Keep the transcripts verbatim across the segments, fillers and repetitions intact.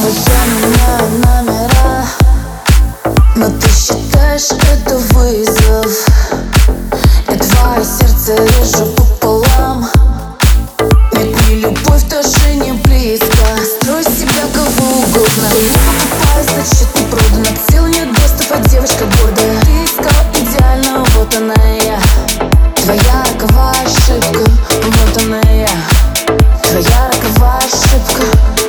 я меняю номера, но ты считаешь это вызов. Я твое сердце режу пополам. Нет, не любовь, даже не близко. Строй себя кого угодно. Ты не покупай, значит не продан. От сил нет доступа, девочка гордая. Ты искал идеально, вот она и я. Твоя роковая ошибка, вот она и я. Твоя роковая ошибка.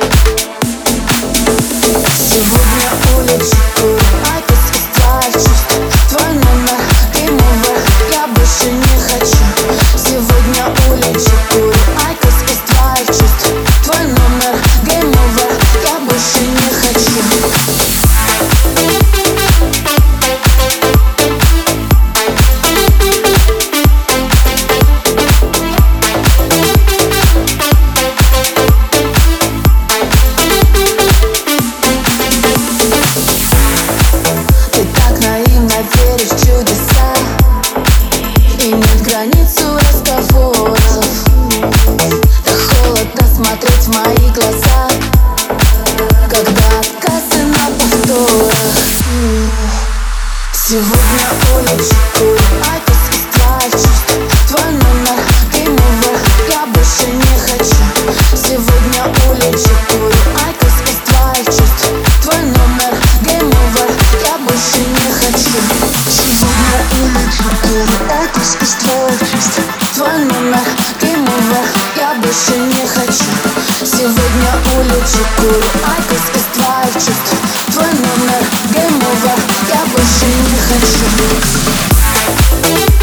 Сегодня улечу, айкос из твоих чувств. Твой номер, game over, я больше не хочу. Сегодня улечу, айкос из твоих чувств. Твой номер, game over, я больше не хочу. Веришь в чудеса, и нет границ у разговоров. Так холодно смотреть в мои глаза, когда отказы на повторах. Сегодня улечу, айкос из твоих чувств. Твой номер, game over, я больше не хочу. Сегодня улечу, айкос из твоих чувств. Твой номер, game over, я больше не хочу. Сегодня улечу, айкос из твоих чувств. Твой номер, game over, я больше не хочу. Сегодня улечу, айкос из твоих чувств. Твой номер, game over, я больше не хочу.